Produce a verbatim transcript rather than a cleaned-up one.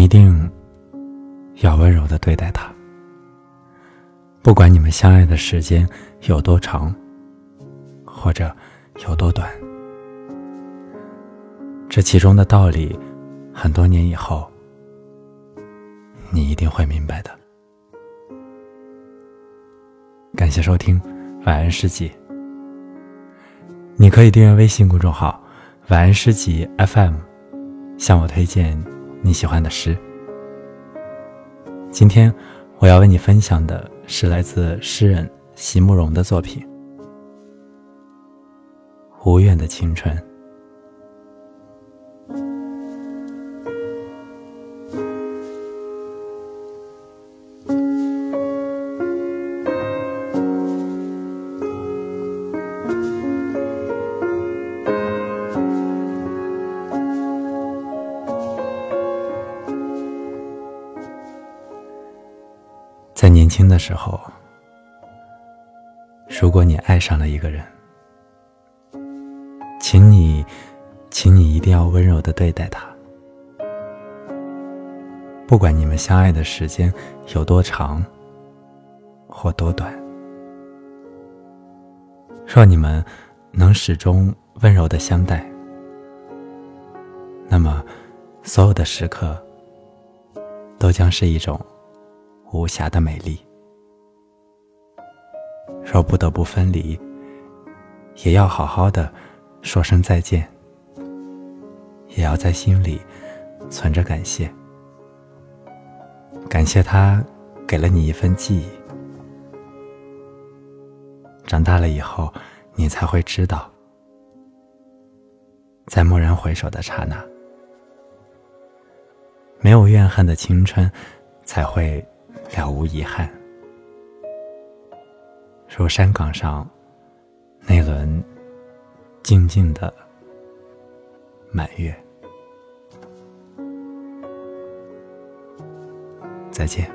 一定要温柔地对待他，不管你们相爱的时间有多长，或者有多短。这其中的道理，很多年以后，你一定会明白的。感谢收听晚安诗集，你可以订阅微信公众号晚安诗集 F M， 向我推荐你喜欢的诗。今天我要为你分享的是来自诗人席慕容的作品《无怨的青春》。在年轻的时候，如果你爱上了一个人，请你请你一定要温柔地对待他，不管你们相爱的时间有多长或多短。若你们能始终温柔地相待，那么所有的时刻都将是一种无瑕的美丽。若不得不分离，也要好好的说声再见，也要在心里存着感谢，感谢他给了你一份记忆。长大了以后，你才会知道，在蓦然回首的刹那，没有怨恨的青春才会了无遗憾。如山岗上那轮静静的满月。再见。